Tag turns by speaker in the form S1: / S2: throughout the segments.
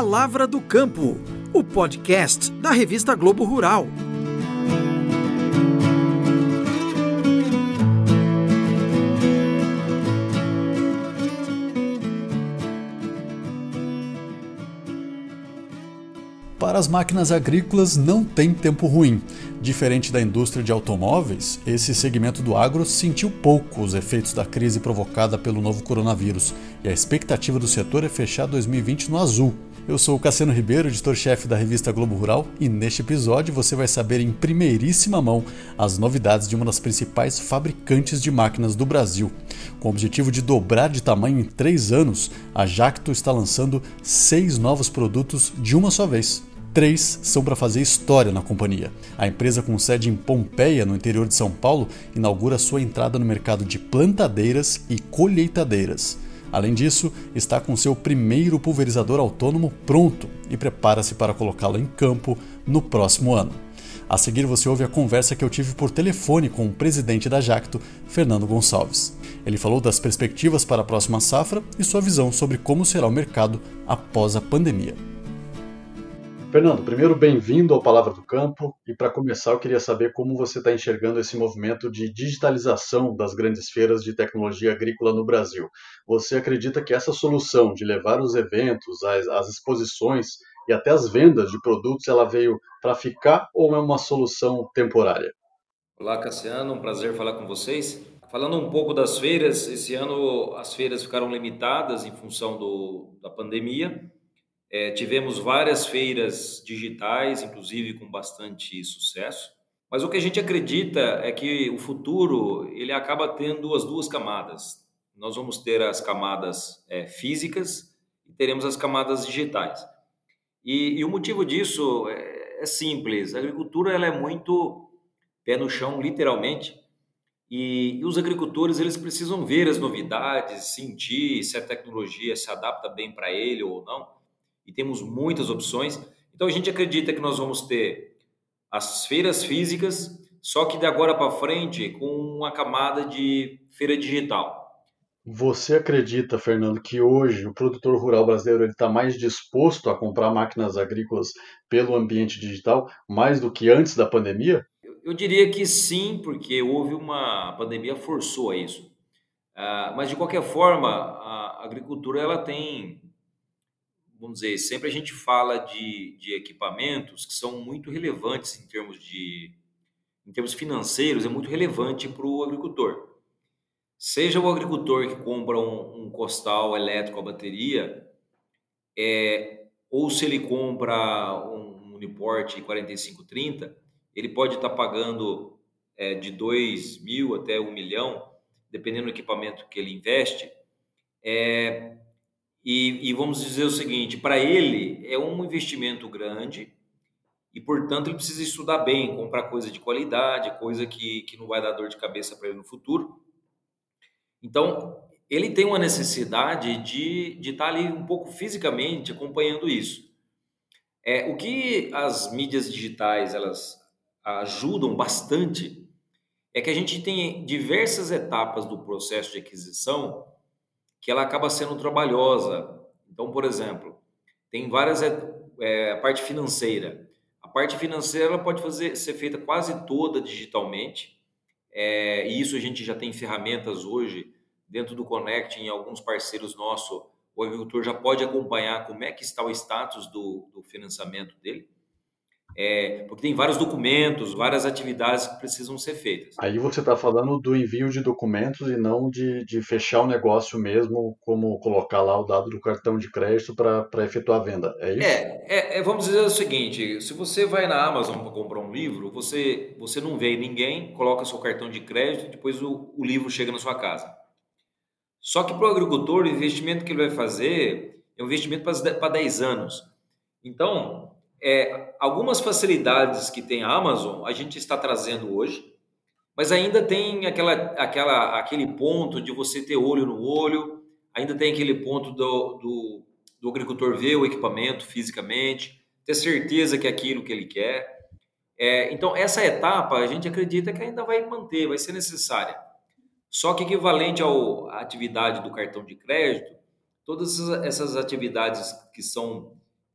S1: Palavra do Campo, o podcast da revista Globo Rural.
S2: Para as máquinas agrícolas não tem tempo ruim. Diferente da indústria de automóveis, esse segmento do agro sentiu pouco os efeitos da crise provocada pelo novo coronavírus, e a expectativa do setor é fechar 2020 no azul. Eu sou o Cassiano Ribeiro, editor-chefe da revista Globo Rural, e neste episódio você vai saber em primeiríssima mão as novidades de uma das principais fabricantes de máquinas do Brasil. Com o objetivo de dobrar de tamanho em 3 anos, a Jacto está lançando 6 novos produtos de uma só vez. 3 são para fazer história na companhia. A empresa, com sede em Pompeia, no interior de São Paulo, inaugura sua entrada no mercado de plantadeiras e colheitadeiras. Além disso, está com seu primeiro pulverizador autônomo pronto e prepara-se para colocá-lo em campo no próximo ano. A seguir você ouve a conversa que eu tive por telefone com o presidente da Jacto, Fernando Gonçalves. Ele falou das perspectivas para a próxima safra e sua visão sobre como será o mercado após a pandemia. Fernando, primeiro bem-vindo ao Palavra do Campo, e para começar eu queria saber como você está enxergando esse movimento de digitalização das grandes feiras de tecnologia agrícola no Brasil. Você acredita que essa solução de levar os eventos, as exposições e até as vendas de produtos, ela veio para ficar ou é uma solução temporária?
S3: Olá, Cassiano, um prazer falar com vocês. Falando um pouco das feiras, esse ano as feiras ficaram limitadas em função da pandemia. Tivemos várias feiras digitais, inclusive com bastante sucesso. Mas o que a gente acredita é que o futuro ele acaba tendo as duas camadas. Nós vamos ter as camadas físicas e teremos as camadas digitais. E o motivo disso é simples. A agricultura ela é muito pé no chão, literalmente. E os agricultores eles precisam ver as novidades, sentir se a tecnologia se adapta bem para ele ou não. E temos muitas opções. Então a gente acredita que nós vamos ter as feiras físicas, só que de agora para frente com uma camada de feira digital.
S2: Você acredita, Fernando, que hoje o produtor rural brasileiro está mais disposto a comprar máquinas agrícolas pelo ambiente digital, mais do que antes da pandemia?
S3: Eu diria que sim, porque houve a pandemia forçou a isso. Mas de qualquer forma, a agricultura ela tem, vamos dizer, sempre a gente fala de equipamentos que são muito relevantes em termos financeiros, é muito relevante para o agricultor. Seja o agricultor que compra um costal elétrico à bateria, ou se ele compra um Uniport 4530, ele pode estar pagando de 2 mil até 1 milhão, dependendo do equipamento que ele investe. E vamos dizer o seguinte, para ele é um investimento grande e, portanto, ele precisa estudar bem, comprar coisa de qualidade, coisa que não vai dar dor de cabeça para ele no futuro. Então, ele tem uma necessidade de estar ali um pouco fisicamente acompanhando isso. O que as mídias digitais elas ajudam bastante é que a gente tem diversas etapas do processo de aquisição que ela acaba sendo trabalhosa. Então, por exemplo, tem várias a parte financeira. A parte financeira ela pode ser feita quase toda digitalmente. E isso a gente já tem ferramentas hoje dentro do Connect, em alguns parceiros nossos, o agricultor já pode acompanhar como é que está o status do financiamento dele, porque tem vários documentos, várias atividades que precisam ser feitas.
S2: Aí você está falando do envio de documentos e não de fechar o negócio mesmo, como colocar lá o dado do cartão de crédito para efetuar a venda, é isso?
S3: Vamos dizer o seguinte, se você vai na Amazon para comprar um livro, você não vê ninguém, coloca seu cartão de crédito, depois o livro chega na sua casa. Só que para o agricultor, o investimento que ele vai fazer é um investimento para 10 anos. Então, algumas facilidades que tem a Amazon, a gente está trazendo hoje, mas ainda tem aquele ponto de você ter olho no olho, ainda tem aquele ponto do agricultor ver o equipamento fisicamente, ter certeza que é aquilo que ele quer. Então, essa etapa a gente acredita que ainda vai manter, vai ser necessária. Só que equivalente à atividade do cartão de crédito, todas essas atividades que são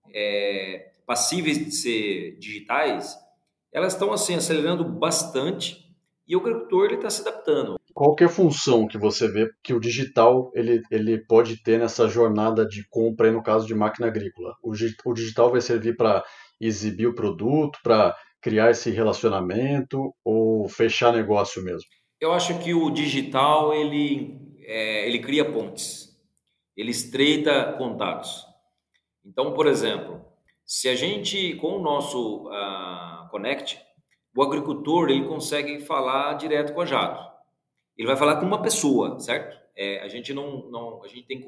S3: passíveis de ser digitais, elas estão assim acelerando bastante e o agricultor está se adaptando.
S2: Qual que é a função que você vê que o digital ele pode ter nessa jornada de compra, aí no caso de máquina agrícola? O digital vai servir para exibir o produto, para criar esse relacionamento ou fechar negócio mesmo?
S3: Eu acho que o digital ele cria pontes, ele estreita contatos. Então, por exemplo, se a gente com o nosso Connect, o agricultor ele consegue falar direto com a Jato. Ele vai falar com uma pessoa, certo? A gente a gente tem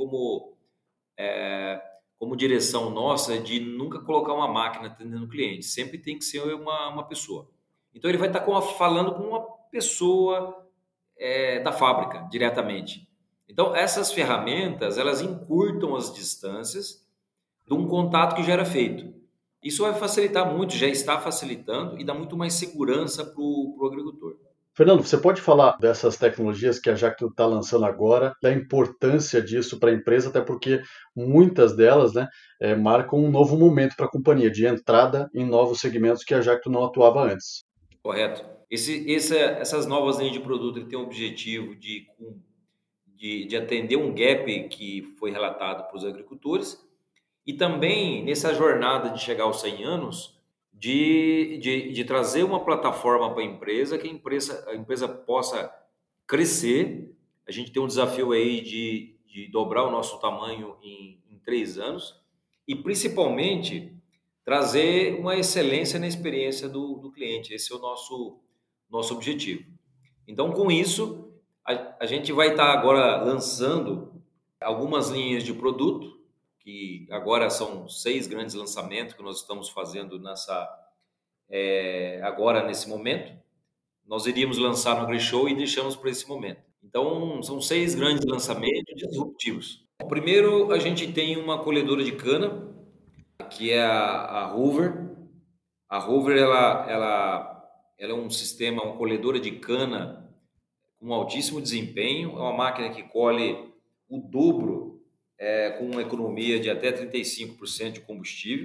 S3: como direção nossa de nunca colocar uma máquina atendendo o cliente, sempre tem que ser uma pessoa. Então ele vai estar falando com uma pessoa da fábrica diretamente. Então essas ferramentas elas encurtam as distâncias de um contato que já era feito. Isso vai facilitar muito, já está facilitando e dá muito mais segurança para o agricultor.
S2: Fernando, você pode falar dessas tecnologias que a Jacto está lançando agora, da importância disso para a empresa, até porque muitas delas, né, marcam um novo momento para a companhia, de entrada em novos segmentos que a Jacto não atuava antes.
S3: Correto. Essas novas linhas de produto ele tem o objetivo de atender um gap que foi relatado para os agricultores e também nessa jornada de chegar aos 100 anos, de trazer uma plataforma para a empresa, que a empresa possa crescer. A gente tem um desafio aí de dobrar o nosso tamanho em 3 anos e principalmente trazer uma excelência na experiência do cliente. Esse é o nosso objetivo. Então, com isso, a gente vai estar agora lançando algumas linhas de produto, que agora são 6 grandes lançamentos que nós estamos fazendo agora nesse momento. Nós iríamos lançar no AgriShow e deixamos para esse momento. Então, são 6 grandes lançamentos disruptivos. Primeiro, a gente tem uma colhedora de cana, que é a Hoover. A Hoover ela é um sistema, uma colhedora de cana com altíssimo desempenho. É uma máquina que colhe o dobro, com uma economia de até 35% de combustível.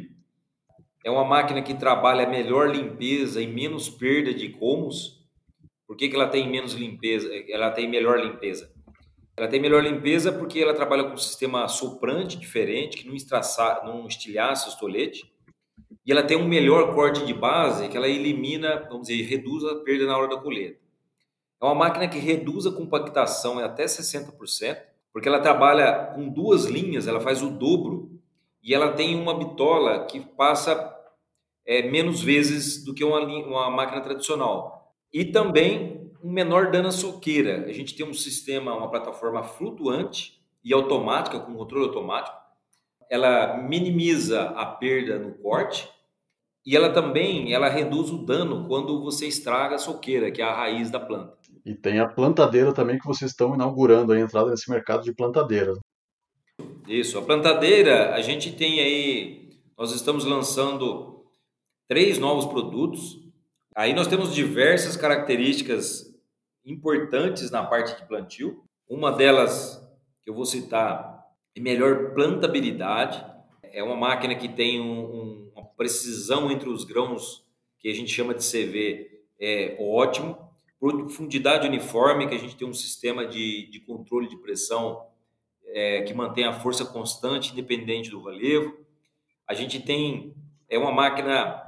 S3: É uma máquina que trabalha melhor limpeza e menos perda de colmos. Por que ela tem menos limpeza? Ela tem melhor limpeza. Ela tem melhor limpeza porque ela trabalha com um sistema soprante diferente, que não estilhaça o tolete. E ela tem um melhor corte de base, que ela elimina, vamos dizer, reduz a perda na hora da colheita. É uma máquina que reduz a compactação em até 60%, porque ela trabalha com 2 linhas, ela faz o dobro, e ela tem uma bitola que passa menos vezes do que uma máquina tradicional. E também um menor dano à soqueira. A gente tem um sistema, uma plataforma flutuante e automática, com controle automático. Ela minimiza a perda no corte e ela reduz o dano quando você estraga a soqueira, que é a raiz da planta.
S2: E tem a plantadeira também que vocês estão inaugurando a entrada nesse mercado de plantadeiras.
S3: Isso, a plantadeira, a gente tem aí, nós estamos lançando 3 novos produtos. Aí nós temos diversas características importantes na parte de plantio. Uma delas que eu vou citar é melhor plantabilidade. É uma máquina que tem uma precisão entre os grãos, que a gente chama de CV, ótimo. Profundidade uniforme, que a gente tem um sistema de controle de pressão que mantém a força constante, independente do relevo. A gente tem uma máquina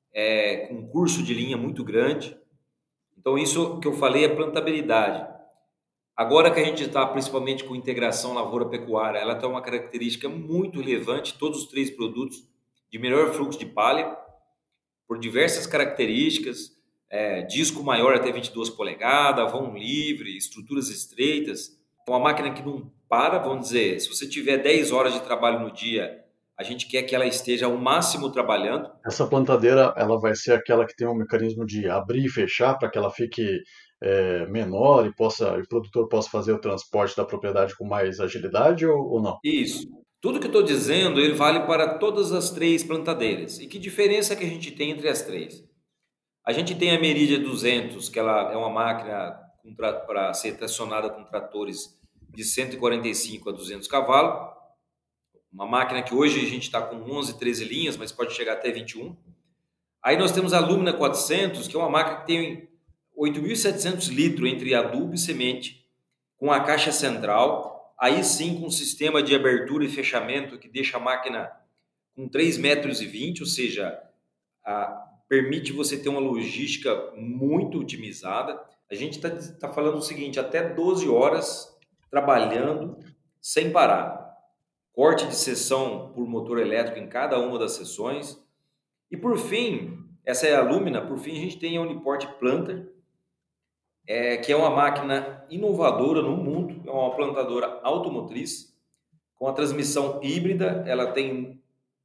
S3: com curso de linha muito grande. Então, isso que eu falei é plantabilidade. Agora que a gente está principalmente com integração lavoura-pecuária, ela tem uma característica muito relevante, todos os 3 produtos de melhor fluxo de palha, por diversas características, disco maior até 22 polegadas, vão livre, estruturas estreitas, uma máquina que não para, vamos dizer, se você tiver 10 horas de trabalho no dia, a gente quer que ela esteja ao máximo trabalhando.
S2: Essa plantadeira, ela vai ser aquela que tem um mecanismo de abrir e fechar para que ela fique menor e o produtor possa fazer o transporte da propriedade com mais agilidade ou não?
S3: Isso. Tudo que eu estou dizendo, ele vale para todas as 3 plantadeiras. E que diferença que a gente tem entre as 3? A gente tem a Meridia 200, que ela é uma máquina para ser tracionada com tratores de 145 a 200 cavalos, uma máquina que hoje a gente está com 11, 13 linhas, mas pode chegar até 21. Aí nós temos a Lumina 400, que é uma máquina que tem 8.700 litros entre adubo e semente, com a caixa central, aí sim com um sistema de abertura e fechamento que deixa a máquina com 3,20 metros, ou seja, permite você ter uma logística muito otimizada. A gente está falando o seguinte, até 12 horas trabalhando sem parar. Corte de seção por motor elétrico em cada uma das seções. E por fim, essa é a Lumina, por fim a gente tem a Uniport Planter, que é uma máquina inovadora no mundo, é uma plantadora automotriz, com a transmissão híbrida, ela tem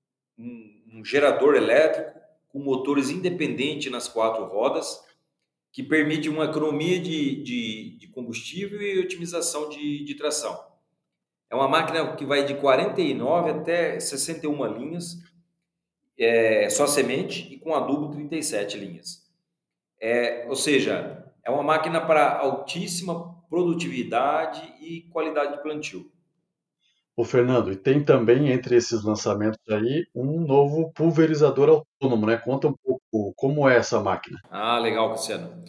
S3: um gerador elétrico, com motores independentes nas 4 rodas, que permite uma economia de combustível e otimização de tração. É uma máquina que vai de 49 até 61 linhas, só semente, e com adubo 37 linhas. Ou seja, é uma máquina para altíssima produtividade e qualidade de plantio.
S2: Ô Fernando, e tem também entre esses lançamentos aí um novo pulverizador autônomo, né? Conta um pouco como é essa máquina.
S3: Legal, Cristiano.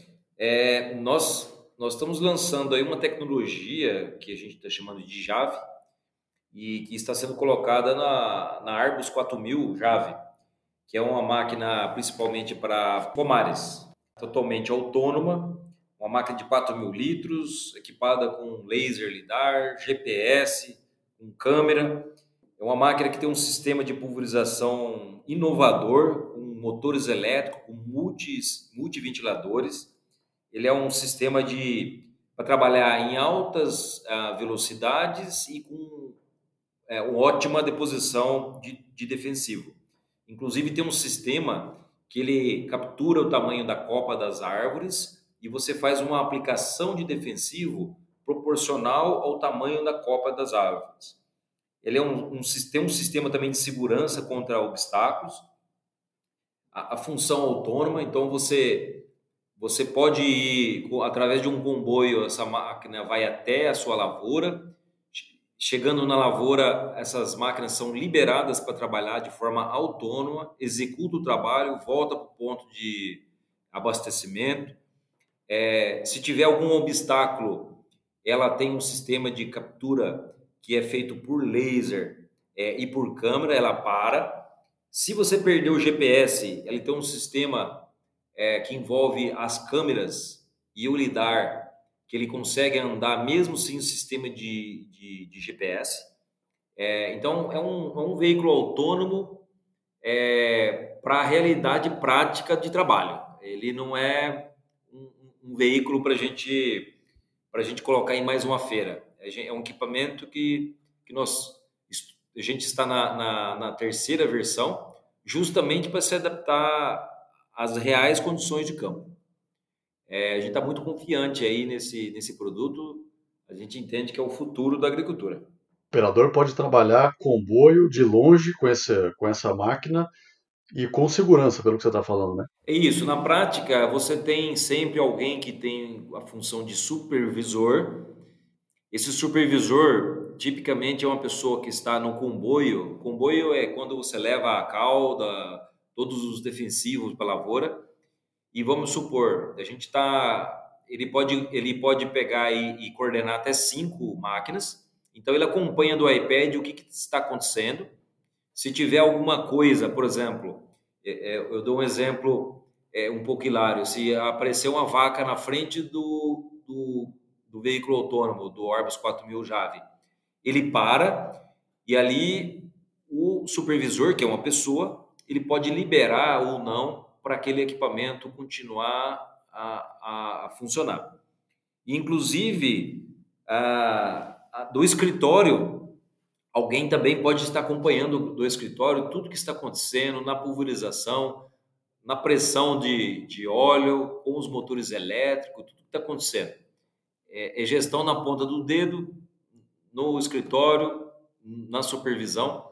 S3: Nós estamos lançando aí uma tecnologia que a gente está chamando de Jave e que está sendo colocada na Arbus 4000 Jave, que é uma máquina principalmente para pomares, totalmente autônoma, uma máquina de 4.000 litros, equipada com laser lidar, GPS, com câmera. É uma máquina que tem um sistema de pulverização inovador, com motores elétricos, com multiventiladores. Ele é um sistema para trabalhar em altas velocidades e com uma ótima deposição de defensivo. Inclusive tem um sistema que ele captura o tamanho da copa das árvores e você faz uma aplicação de defensivo proporcional ao tamanho da copa das árvores. Ele é tem um sistema também de segurança contra obstáculos. A função autônoma, então você pode ir através de um comboio, essa máquina vai até a sua lavoura. Chegando na lavoura, essas máquinas são liberadas para trabalhar de forma autônoma, executa o trabalho, volta para o ponto de abastecimento. Se tiver algum obstáculo, ela tem um sistema de captura que é feito por laser e por câmera, ela para. Se você perder o GPS, ele tem um sistema que envolve as câmeras e o lidar, que ele consegue andar mesmo sem o sistema de GPS. Então, é um veículo autônomo para a realidade prática de trabalho. Ele não é um veículo para a gente colocar em mais uma feira. É um equipamento que a gente está na terceira versão, justamente para se adaptar às reais condições de campo. A gente está muito confiante aí nesse produto. A gente entende que é o futuro da agricultura.
S2: O operador pode trabalhar comboio de longe com essa máquina e com segurança, pelo que você está falando, né?
S3: É isso. Na prática, você tem sempre alguém que tem a função de supervisor. Esse supervisor, tipicamente, é uma pessoa que está no comboio. Comboio é quando você leva a cauda, todos os defensivos para a lavoura. E vamos supor, ele pode pegar e coordenar até 5 máquinas. Então ele acompanha do iPad o que está acontecendo. Se tiver alguma coisa, por exemplo, eu dou um exemplo um pouco hilário. Se aparecer uma vaca na frente do veículo autônomo, do Orbis 4000 Jave, ele para e ali o supervisor, que é uma pessoa, ele pode liberar ou não para aquele equipamento continuar a funcionar. Inclusive, do escritório, alguém também pode estar acompanhando do escritório tudo que está acontecendo na pulverização, na pressão de óleo, com os motores elétricos, tudo que está acontecendo. É gestão na ponta do dedo, no escritório, na supervisão.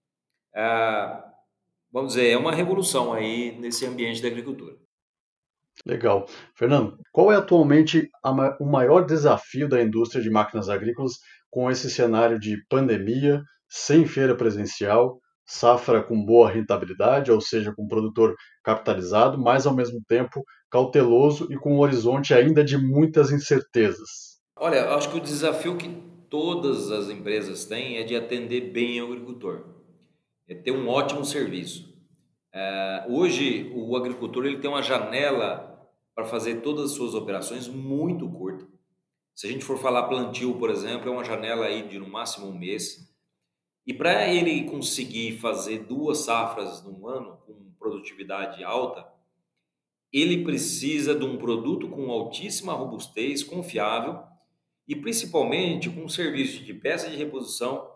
S3: Vamos dizer, é uma revolução aí nesse ambiente da agricultura.
S2: Legal. Fernando, qual é atualmente o maior desafio da indústria de máquinas agrícolas com esse cenário de pandemia sem feira presencial, safra com boa rentabilidade, ou seja, com produtor capitalizado, mas ao mesmo tempo cauteloso e com um horizonte ainda de muitas incertezas.
S3: Olha, eu acho que o desafio que todas as empresas têm é de atender bem o agricultor, é ter um ótimo serviço. Hoje, o agricultor ele tem uma janela para fazer todas as suas operações muito curta. Se a gente for falar plantio, por exemplo, é uma janela aí de no máximo um mês. E para ele conseguir fazer 2 safras num ano com produtividade alta, ele precisa de um produto com altíssima robustez, confiável e principalmente com um serviço de peça de reposição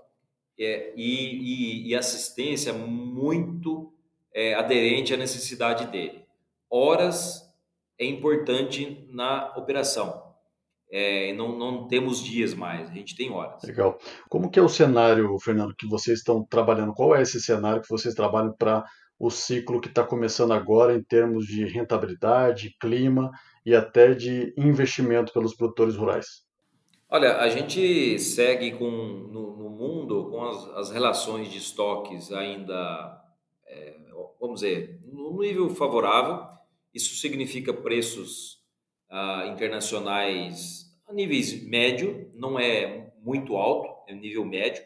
S3: e assistência muito aderente à necessidade dele. Horas é importante na operação. Não temos dias mais, a gente tem horas.
S2: Legal. Como que é o cenário, Fernando, que vocês estão trabalhando? Qual é esse cenário que vocês trabalham para o ciclo que está começando agora em termos de rentabilidade, clima e até de investimento pelos produtores rurais?
S3: Olha, a gente segue no mundo com as relações de estoques ainda, vamos dizer, no nível favorável. Isso significa preços internacionais a níveis médio, não é muito alto, é nível médio.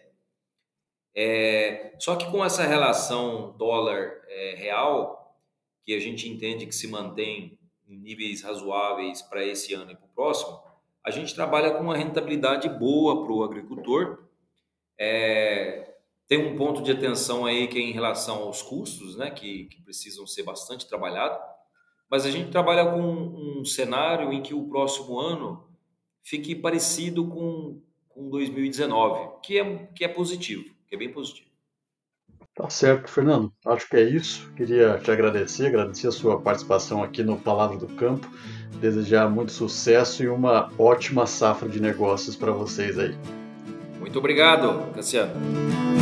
S3: Só que com essa relação dólar-real, que a gente entende que se mantém em níveis razoáveis para esse ano e para o próximo, a gente trabalha com uma rentabilidade boa para o agricultor. Tem um ponto de atenção aí que é em relação aos custos, né, que precisam ser bastante trabalhados, mas a gente trabalha com um cenário em que o próximo ano fique parecido com 2019, que é positivo, que é bem positivo.
S2: Tá certo, Fernando. Acho que é isso. Queria te agradecer a sua participação aqui no Palavra do Campo, desejar muito sucesso e uma ótima safra de negócios para vocês aí.
S3: Muito obrigado, Cassiano.